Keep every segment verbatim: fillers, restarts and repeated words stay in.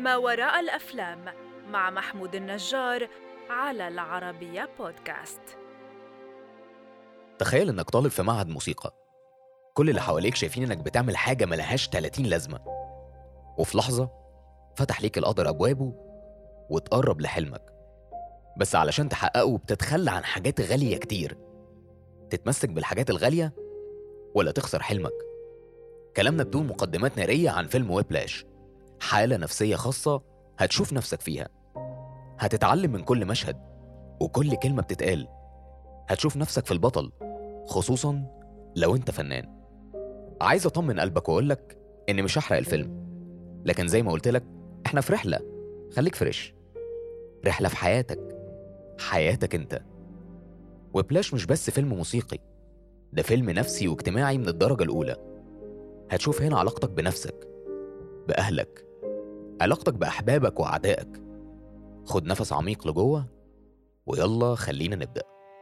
ما وراء الأفلام مع محمود النجار على العربية بودكاست. تخيل إنك طالب في معهد موسيقى، كل اللي حواليك شايفين إنك بتعمل حاجة ملهاش تلاتين لازمة، وفي لحظة فتح ليك القدر أبوابه وتقرب لحلمك. بس علشان تحققه بتتخلى عن حاجات غالية كتير. تتمسك بالحاجات الغالية ولا تخسر حلمك؟ كلامنا بدون مقدمات نارية عن فيلم ويبلاش، حالة نفسية خاصة هتشوف نفسك فيها. هتتعلم من كل مشهد وكل كلمة بتتقال. هتشوف نفسك في البطل، خصوصاً لو انت فنان. عايز اطمن قلبك واقولك اني مش هحرق الفيلم، لكن زي ما قلتلك احنا في رحلة. خليك فريش، رحلة في حياتك، حياتك انت. وبلاش مش بس فيلم موسيقي، ده فيلم نفسي واجتماعي من الدرجة الأولى. هتشوف هنا علاقتك بنفسك، بأهلك، علاقتك بأحبابك وأعدائك. خد نفس عميق لجوه ويلا خلينا نبدأ.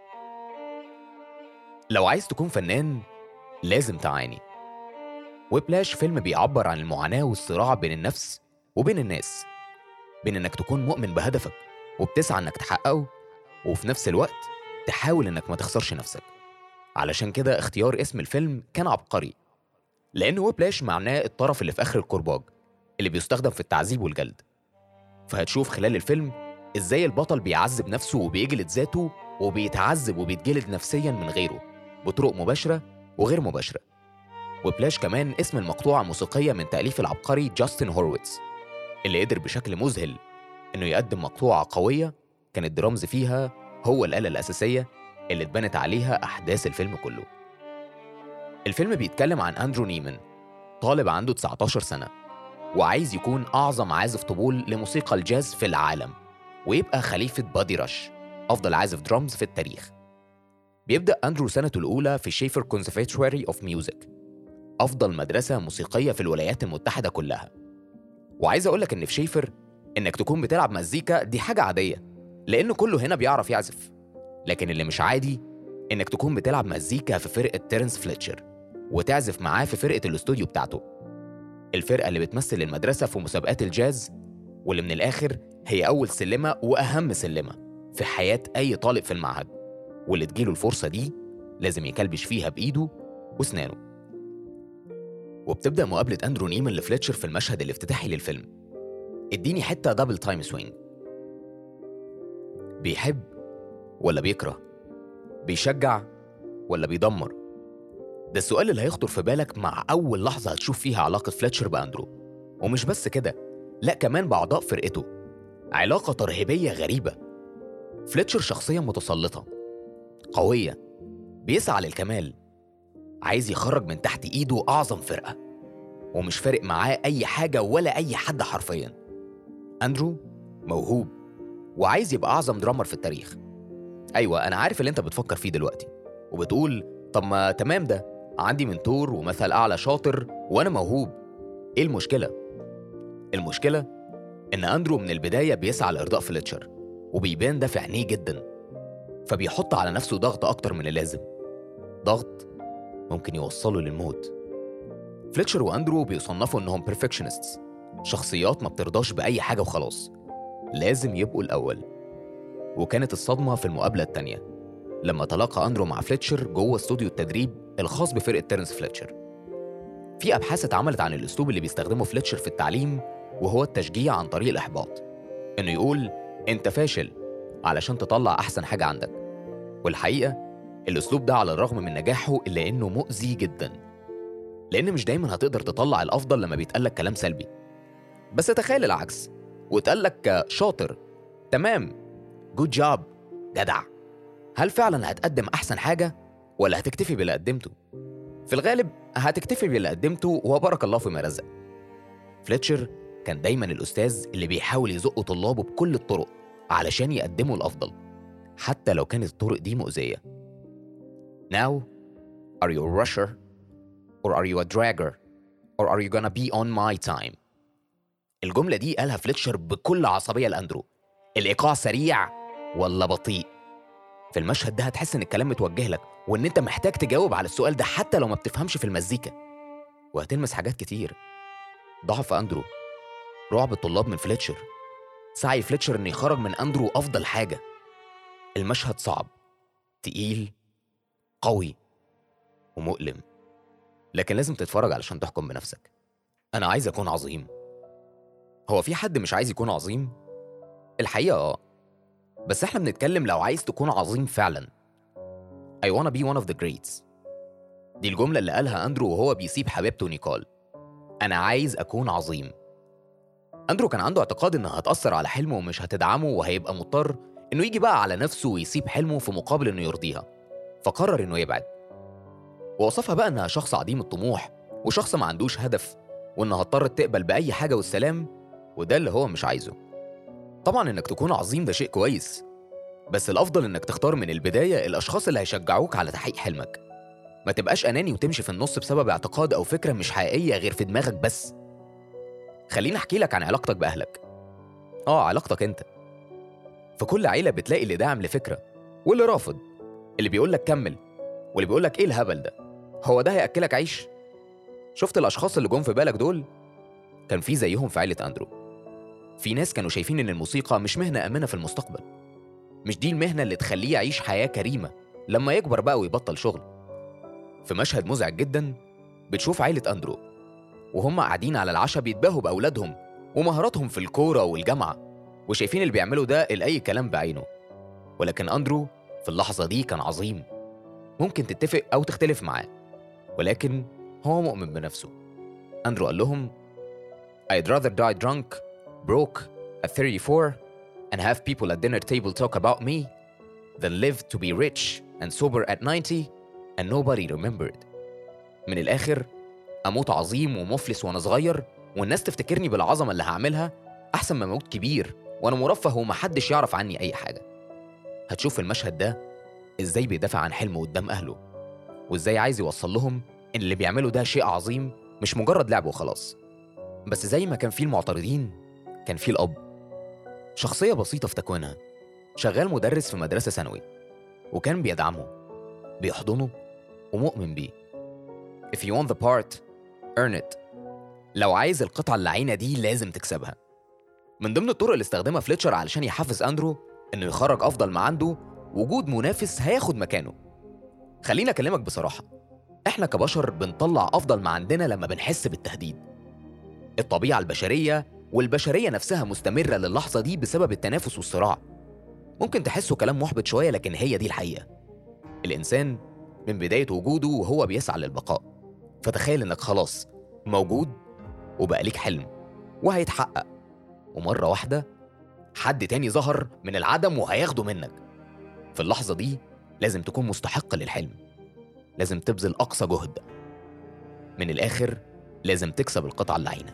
لو عايز تكون فنان لازم تعاني. ويبلاش فيلم بيعبر عن المعاناة والصراع بين النفس وبين الناس، بين انك تكون مؤمن بهدفك وبتسعى انك تحققه، وفي نفس الوقت تحاول انك ما تخسرش نفسك. علشان كده اختيار اسم الفيلم كان عبقري، لأن ويبلاش معناه الطرف اللي في آخر الكرباج اللي بيستخدم في التعذيب والجلد. فهتشوف خلال الفيلم ازاي البطل بيعذب نفسه وبيجلد ذاته وبيتعذب وبيتجلد نفسيا من غيره بطرق مباشرة وغير مباشرة. وبلاش كمان اسم المقطوعة موسيقية من تأليف العبقري جاستن هورويتز، اللي قدر بشكل مذهل إنه يقدم مقطوعة قوية كان الدرامز فيها هو الآلة الأساسية اللي اتبنت عليها أحداث الفيلم كله. الفيلم بيتكلم عن أندرو نيمان، طالب عنده تسعتاشر سنة وعايز يكون أعظم عازف طبول لموسيقى الجاز في العالم، ويبقى خليفة بادي راش، أفضل عازف درامز في التاريخ. بيبدأ أندرو سنته الأولى في شيفر كونسرفاتوري أوف ميوزك، أفضل مدرسة موسيقية في الولايات المتحدة كلها. وعايز أقولك إن في شيفر إنك تكون بتلعب مزيكا دي حاجة عادية، لأن كله هنا بيعرف يعزف. لكن اللي مش عادي إنك تكون بتلعب مزيكا في فرقة تيرنس فليتشر وتعزف معاه في فرقة الاستوديو بتاعته، الفرقة اللي بتمثل المدرسة في مسابقات الجاز، واللي من الآخر هي أول سلمة وأهم سلمة في حياة أي طالب في المعهد، واللي تجيله الفرصة دي لازم يكلبش فيها بإيده وسنانه. وبتبدأ مقابلة أندرو نيمان لفليتشر في المشهد الافتتاحي للفيلم. اديني حتة دبل تايم سوينج. بيحب ولا بيكره؟ بيشجع ولا بيدمر؟ ده السؤال اللي هيخطر في بالك مع أول لحظة هتشوف فيها علاقة فليتشر بأندرو. ومش بس كده، لأ كمان بأعضاء فرقته. علاقة ترهيبية غريبة. فليتشر شخصية متسلطة قوية، بيسعى للكمال، عايز يخرج من تحت إيده أعظم فرقة، ومش فارق معاه أي حاجة ولا أي حد حرفياً. أندرو موهوب وعايز يبقى أعظم درامر في التاريخ. أيوة أنا عارف اللي أنت بتفكر فيه دلوقتي وبتقول طب ما تمام، ده عندي منتور ومثل أعلى شاطر وأنا موهوب، إيه المشكلة؟ المشكلة إن أندرو من البداية بيسعى لإرضاء فليتشر، وبيبان ده في عينيه جداً، فبيحط على نفسه ضغط أكتر من اللازم، ضغط ممكن يوصله للموت. فليتشر وأندرو بيصنفوا إنهم perfectionists، شخصيات ما بترضاش بأي حاجة وخلاص، لازم يبقوا الأول. وكانت الصدمة في المقابلة التانية لما تلاقى أندرو مع فليتشر جوه استوديو التدريب الخاص بفرقة تيرنس فليتشر. في أبحاث اتعملت عن الأسلوب اللي بيستخدمه فليتشر في التعليم، وهو التشجيع عن طريق الإحباط، إنه يقول أنت فاشل علشان تطلع أحسن حاجة عندك. والحقيقة الأسلوب ده على الرغم من نجاحه إلا إنه مؤذي جداً، لأن مش دايماً هتقدر تطلع الأفضل لما بيتقالك كلام سلبي. بس تخيل العكس وتقالك شاطر، تمام، جود جاب، جدع، هل فعلاً هتقدم أحسن حاجة ولا هتكتفي باللي قدمته؟ في الغالب هتكتفي باللي قدمته وبارك الله فيما رزق. فليتشر كان دايماً الأستاذ اللي بيحاول يزق طلابه بكل الطرق علشان يقدموا الأفضل، حتى لو كانت الطرق دي مؤذية. Now, are you a rusher? Or are you a dragger? Or are you gonna be on my time? الجملة دي قالها فليتشر بكل عصبية لأندرو. الإيقاع سريع ولا بطيء؟ في المشهد ده هتحس إن الكلام متوجه لك، وإن أنت محتاج تجاوب على السؤال ده حتى لو ما بتفهمش في المزيكا. وهتلمس حاجات كتير: ضعف أندرو، رعب الطلاب من فليتشر، سعي فليتشر إنه يخرج من أندرو أفضل حاجة. المشهد صعب، تقيل، قوي، ومؤلم، لكن لازم تتفرج علشان تحكم بنفسك. أنا عايز أكون عظيم. هو في حد مش عايز يكون عظيم؟ الحقيقة آه، بس إحنا بنتكلم لو عايز تكون عظيم فعلاً. I wanna be one of the greats. دي الجملة اللي قالها أندرو وهو بيسيب حبيبته نيكول. أنا عايز أكون عظيم. أندرو كان عنده اعتقاد إنها هتأثر على حلمه ومش هتدعمه، وهيبقى مضطر إنه يجي بقى على نفسه ويسيب حلمه في مقابل إنه يرضيها، فقرر إنه يبعد. ووصفها بقى إنها شخص عديم الطموح وشخص ما عندوش هدف، وإنها اضطرت تقبل بأي حاجة والسلام، وده اللي هو مش عايزه. طبعاً إنك تكون عظيم ده شيء كويس، بس الأفضل إنك تختار من البداية الأشخاص اللي هيشجعوك على تحقيق حلمك. ما تبقاش أناني وتمشي في النص بسبب اعتقاد أو فكرة مش حقيقية غير في دماغك بس. خليني أحكي لك عن علاقتك بأهلك. آه، علاقتك أنت. في كل عيلة بتلاقي اللي داعم لفكرة واللي رافض، اللي بيقول لك كمل واللي بيقول لك إيه الهبل ده، هو ده هيأكلك عيش؟ شفت الأشخاص اللي جم في بالك دول؟ كان في زيهم في عيلة أندرو. في ناس كانوا شايفين إن الموسيقى مش مهنة آمنة في المستقبل، مش دي المهنة اللي تخليه يعيش حياة كريمة لما يكبر بقى ويبطل شغل. في مشهد مزعج جدا بتشوف عيلة أندرو وهم قاعدين على العشاء بيتباهوا بأولادهم ومهاراتهم في الكورة والجامعة، وشايفين اللي بيعملوا ده لأي كلام بعينه. ولكن أندرو في اللحظة دي كان عظيم. ممكن تتفق أو تختلف معاه، ولكن هو مؤمن بنفسه. أندرو قال لهم I'd rather die drunk, broke at thirty-four and have people at dinner table talk about me than live to be rich and sober at ninety and nobody remembered. من الآخر، أموت عظيم ومفلس وأنا صغير والناس تفتكرني بالعظمة اللي هعملها، أحسن ما أموت كبير وأنا مرفه ومحدش يعرف عني أي حاجة. هتشوف في المشهد ده إزاي بيدافع عن حلمه قدام أهله، وإزاي عايز يوصل لهم إن اللي بيعمله ده شيء عظيم مش مجرد لعب وخلاص. بس زي ما كان فيه المعترضين، كان فيه الأب، شخصية بسيطة في تكوينها، شغال مدرس في مدرسة ثانوي، وكان بيدعمه، بيحضنه ومؤمن بيه. If you want the part, earn it. لو عايز القطعة اللعينة دي لازم تكسبها. من ضمن الطرق اللي استخدمها فليتشر علشان يحفز أندرو إنه يخرج أفضل ما عنده وجود منافس هياخد مكانه. خليني أكلمك بصراحة، إحنا كبشر بنطلع أفضل ما عندنا لما بنحس بالتهديد. الطبيعة البشرية والبشرية نفسها مستمرة للحظة دي بسبب التنافس والصراع. ممكن تحسوا كلام محبط شوية، لكن هي دي الحقيقة. الإنسان من بداية وجوده وهو بيسعى للبقاء. فتخيل إنك خلاص موجود وبقى ليك حلم وهيتحقق، ومرة واحدة حد تاني ظهر من العدم وهياخده منك. في اللحظة دي لازم تكون مستحق للحلم، لازم تبذل أقصى جهد. من الآخر لازم تكسب القطعة اللعينة.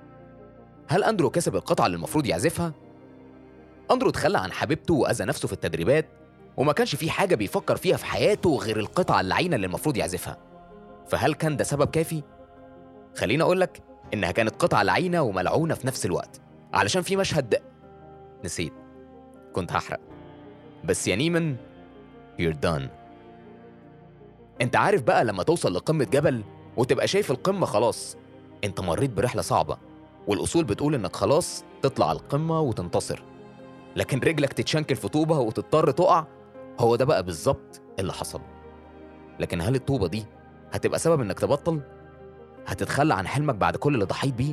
هل أندرو كسب القطعة اللي المفروض يعزفها؟ أندرو تخلى عن حبيبته وأذى نفسه في التدريبات، وما كانش فيه حاجة بيفكر فيها في حياته غير القطعة اللعينة اللي المفروض يعزفها. فهل كان ده سبب كافي؟ خليني أقولك إنها كانت قطعة لعينة وملعونة في نفس الوقت، علشان في مشهد نسيت، كنت هحرق، بس يا نيمن you're done. انت عارف بقى لما توصل لقمة جبل وتبقى شايف القمة خلاص، انت مريت برحلة صعبة والأصول بتقول انك خلاص تطلع القمة وتنتصر، لكن رجلك تتشنكل في طوبة وتضطر تقع. هو ده بقى بالظبط اللي حصل. لكن هل الطوبة دي هتبقى سبب انك تبطل؟ هتتخلى عن حلمك بعد كل اللي ضحيت بيه؟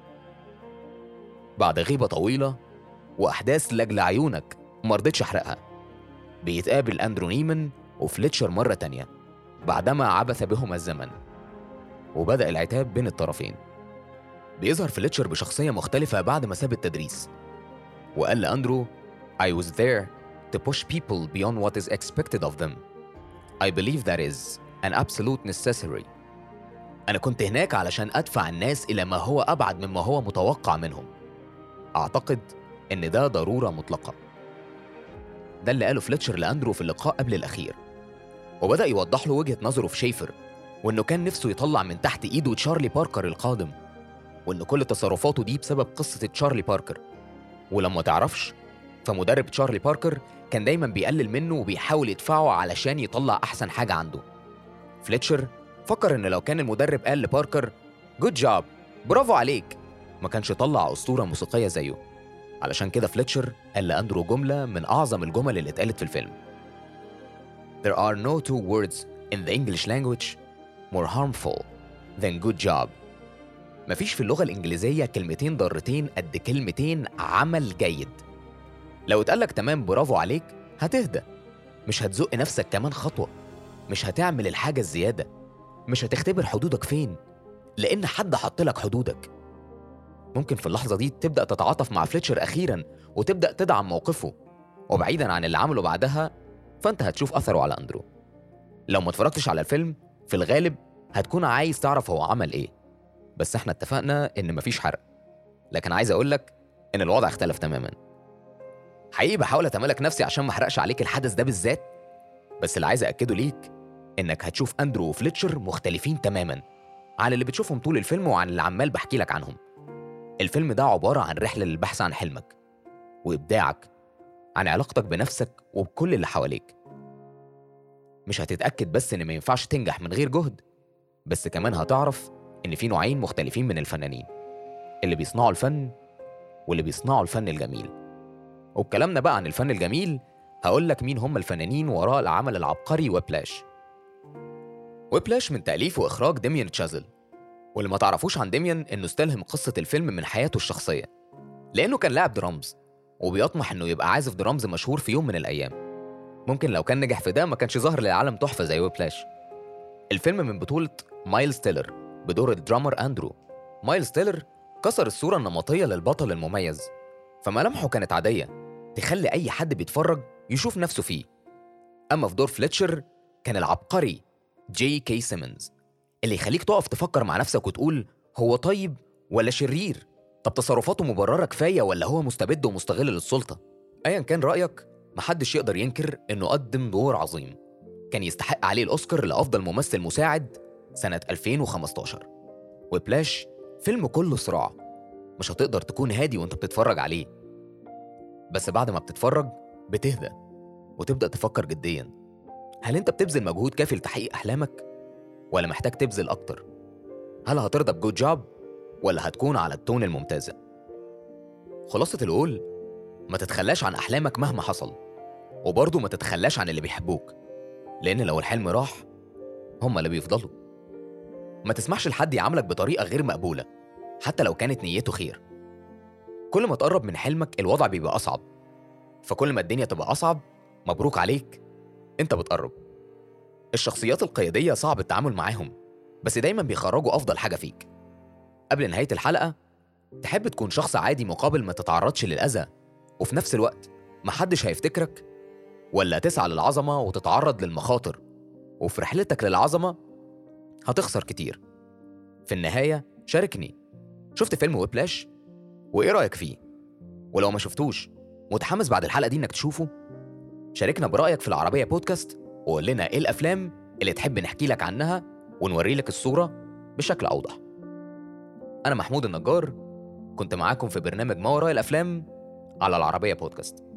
بعد غيبة طويلة وأحداث لأجل عيونك مرضتش أحرقها، بيتقابل أندرو نيمن وفليتشر مرة تانية بعدما عبث بهما الزمن، وبدأ العتاب بين الطرفين. بيظهر فليتشر بشخصية مختلفة بعد ما ساب التدريس، وقال لأندرو I was there to push people beyond what is expected of them. I believe that is an absolute necessary. أنا كنت هناك علشان أدفع الناس إلى ما هو أبعد مما هو متوقع منهم. أعتقد إن ده ضرورة مطلقة. ده اللي قاله فليتشر لأندرو في اللقاء قبل الأخير، وبدأ يوضح له وجهة نظره في شيفر، وإنه كان نفسه يطلع من تحت إيده تشارلي باركر القادم، وإن كل تصرفاته دي بسبب قصة تشارلي باركر. ولما تعرفش، فمدرب تشارلي باركر كان دايما بيقلل منه وبيحاول يدفعه علشان يطلع أحسن حاجة عنده. فليتشر فكر إن لو كان المدرب قال لباركر جود جاب، برافو عليك، ما كانش طلع أسطورة موسيقية زيه. علشان كده فليتشر قال لأندرو جملة من أعظم الجمل اللي اتقالت في الفيلم: There are no two words in the English language more harmful than good job. مفيش في اللغة الإنجليزية كلمتين ضارتين قد كلمتين عمل جيد. لو اتقالك تمام برافو عليك هتهدى، مش هتزق نفسك كمان خطوة، مش هتعمل الحاجة الزيادة، مش هتختبر حدودك فين، لأن حد حط لك حدودك. ممكن في اللحظة دي تبدأ تتعاطف مع فليتشر أخيراً وتبدأ تدعم موقفه، وبعيداً عن اللي عمله بعدها فأنت هتشوف أثره على أندرو. لو ما اتفرجتش على الفيلم في الغالب هتكون عايز تعرف هو عمل إيه، بس احنا اتفقنا إن مفيش حرق. لكن عايز أقولك إن الوضع اختلف تماماً. حقيقي بحاول أتمالك نفسي عشان ما احرقش عليك الحدث ده بالذات، بس اللي عايز أكده ليك إنك هتشوف أندرو وفليتشر مختلفين تماماً عن اللي بتشوفهم طول الفيلم وعن اللي عمال بحكي لك عنهم. الفيلم ده عبارة عن رحلة للبحث عن حلمك وإبداعك، عن علاقتك بنفسك وبكل اللي حواليك. مش هتتأكد بس إن ما ينفعش تنجح من غير جهد، بس كمان هتعرف إن في نوعين مختلفين من الفنانين: اللي بيصنعوا الفن واللي بيصنعوا الفن الجميل. وبكلامنا بقى عن الفن الجميل هقول لك مين هم الفنانين وراء العمل العبقري ويبلاش. ويبلاش من تأليف وإخراج ديميان تشازل، واللي ما تعرفوش عن ديميان إنه استلهم قصة الفيلم من حياته الشخصية، لأنه كان لاعب درامز وبيطمح إنه يبقى عازف درامز مشهور في يوم من الأيام. ممكن لو كان نجح في ده ما كانش ظهر للعالم تحفة زي ويبلاش. الفيلم من بطولة مايلز تيلر بدور الدرامر أندرو. مايلز تيلر كسر الصورة النمطية للبطل المميز، فملامحه كانت عادية تخلي أي حد بيتفرج يشوف نفسه فيه. أما في دور فليتشر كان العبقري جي كي سيمنز، اللي يخليك تقف تفكر مع نفسك وتقول هو طيب ولا شرير؟ طب تصرفاته مبررة كفاية ولا هو مستبد ومستغل للسلطة؟ أيا كان رأيك، محدش يقدر ينكر إنه قدم دور عظيم كان يستحق عليه الأوسكار لأفضل ممثل مساعد سنة ألفين وخمستاشر. ويبلاش فيلم كله صراع، مش هتقدر تكون هادي وانت بتتفرج عليه، بس بعد ما بتتفرج بتهدى وتبدأ تفكر جديا: هل انت بتبذل مجهود كافي لتحقيق أحلامك ولا محتاج تبذل أكتر؟ هل هترضى بجود جوب ولا هتكون على التون الممتازة؟ خلاصة القول: ما تتخلاش عن أحلامك مهما حصل، وبرضه ما تتخلاش عن اللي بيحبوك، لأن لو الحلم راح هم اللي بيفضلوا. ما تسمحش لحد يعاملك بطريقة غير مقبولة حتى لو كانت نيته خير. كل ما تقرب من حلمك الوضع بيبقى أصعب، فكل ما الدنيا تبقى أصعب مبروك عليك، انت بتقرب. الشخصيات القيادية صعب التعامل معاهم، بس دايما بيخرجوا أفضل حاجة فيك. قبل نهاية الحلقة تحب تكون شخص عادي مقابل ما تتعرضش للأذى وفي نفس الوقت محدش هيفتكرك، ولا تسعى للعظمة وتتعرض للمخاطر وفي رحلتك للعظمة هتخسر كتير؟ في النهاية شاركني، شفت فيلم ويبلاش وإيه رأيك فيه؟ ولو ما شفتوش متحمس بعد الحلقة دي إنك تشوفه؟ شاركنا برأيك في العربية بودكاست وقول لنا إيه الأفلام اللي تحب نحكي لك عنها ونوري لك الصورة بشكل أوضح. أنا محمود النجار، كنت معاكم في برنامج ما وراء الأفلام على العربية بودكاست.